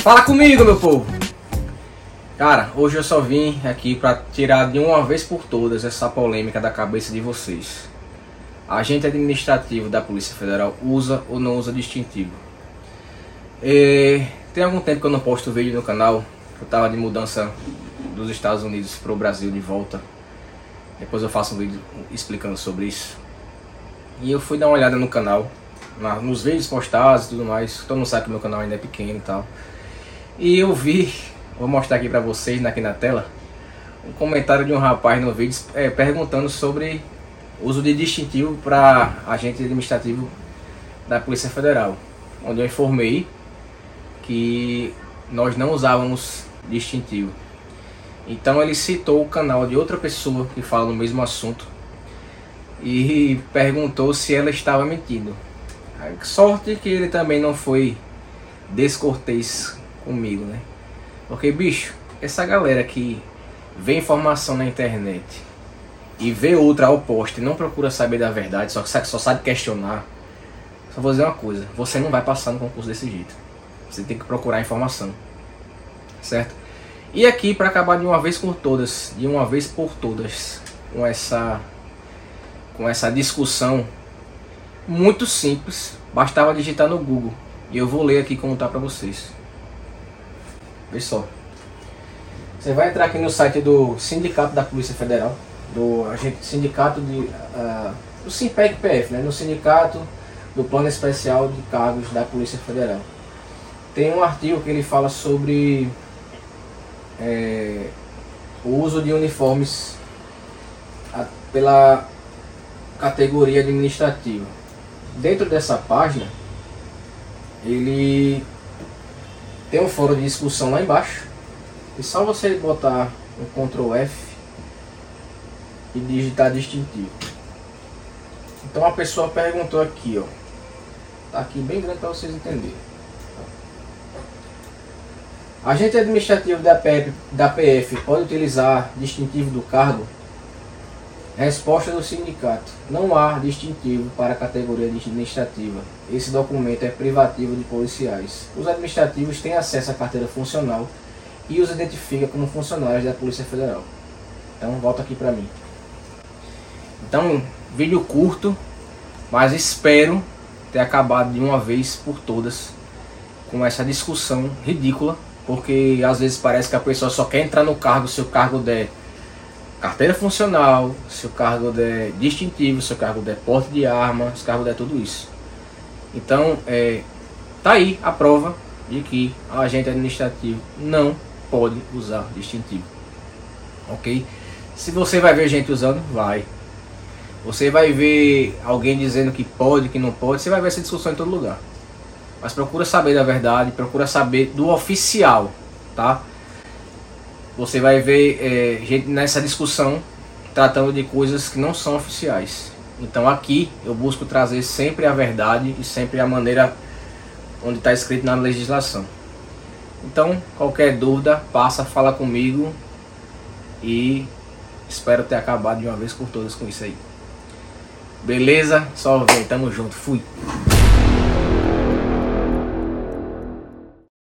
Fala comigo, meu povo! Cara, hoje eu só vim aqui para tirar de uma vez por todas essa polêmica da cabeça de vocês. Agente administrativo da Polícia Federal usa ou não usa distintivo? Tem algum tempo que eu não posto vídeo no canal. Eu tava de mudança dos Estados Unidos para o Brasil de volta. Depois eu faço um vídeo explicando sobre isso. E eu fui dar uma olhada no canal, nos vídeos postados e tudo mais. Todo mundo sabe que meu canal ainda é pequeno e tal. E eu vi, vou mostrar aqui pra vocês aqui na tela, um comentário de um rapaz no vídeo perguntando sobre uso de distintivo para agente administrativo da Polícia Federal, onde eu informei que nós não usávamos distintivo. Então ele citou o canal de outra pessoa que fala no mesmo assunto e perguntou se ela estava mentindo. Sorte que ele também não foi descortês comigo, né? Porque, bicho, essa galera que vê informação na internet e vê outra oposta e não procura saber da verdade, só sabe questionar, só vou dizer uma coisa: você não vai passar no concurso desse jeito. Você tem que procurar informação, certo? E aqui, para acabar de uma vez por todas, com essa discussão muito simples, bastava digitar no Google e eu vou ler aqui como tá para vocês. Vê só. Você vai entrar aqui no site do Sindicato da Polícia Federal, do Sinpec-PF, né? No Sindicato do Plano Especial de Cargos da Polícia Federal. Tem um artigo que ele fala sobre o uso de uniformes pela categoria administrativa. Dentro dessa página, ele tem um fórum de discussão lá embaixo. E só você botar um Ctrl F e digitar distintivo. Então a pessoa perguntou aqui, ó. Tá aqui bem grande para vocês entenderem. Agente administrativo da PF pode utilizar distintivo do cargo? Resposta do sindicato: não há distintivo para a categoria administrativa. Esse documento é privativo de policiais. Os administrativos têm acesso à carteira funcional e os identifica como funcionários da Polícia Federal. Então volta aqui para mim. Então, vídeo curto, mas espero ter acabado de uma vez por todas com essa discussão ridícula, porque às vezes parece que a pessoa só quer entrar no cargo se o cargo der carteira funcional, se o cargo der distintivo, se o cargo der porte de arma, se o cargo der tudo isso. Então, tá aí a prova de que o agente administrativo não pode usar distintivo. Ok? Se você vai ver gente usando, vai. Você vai ver alguém dizendo que pode, que não pode, você vai ver essa discussão em todo lugar. Mas procura saber da verdade, procura saber do oficial, tá? Você vai ver gente nessa discussão tratando de coisas que não são oficiais. Então aqui eu busco trazer sempre a verdade e sempre a maneira onde está escrito na legislação. Então qualquer dúvida, fala comigo e espero ter acabado de uma vez por todas com isso aí. Beleza? Só vem, tamo junto, fui!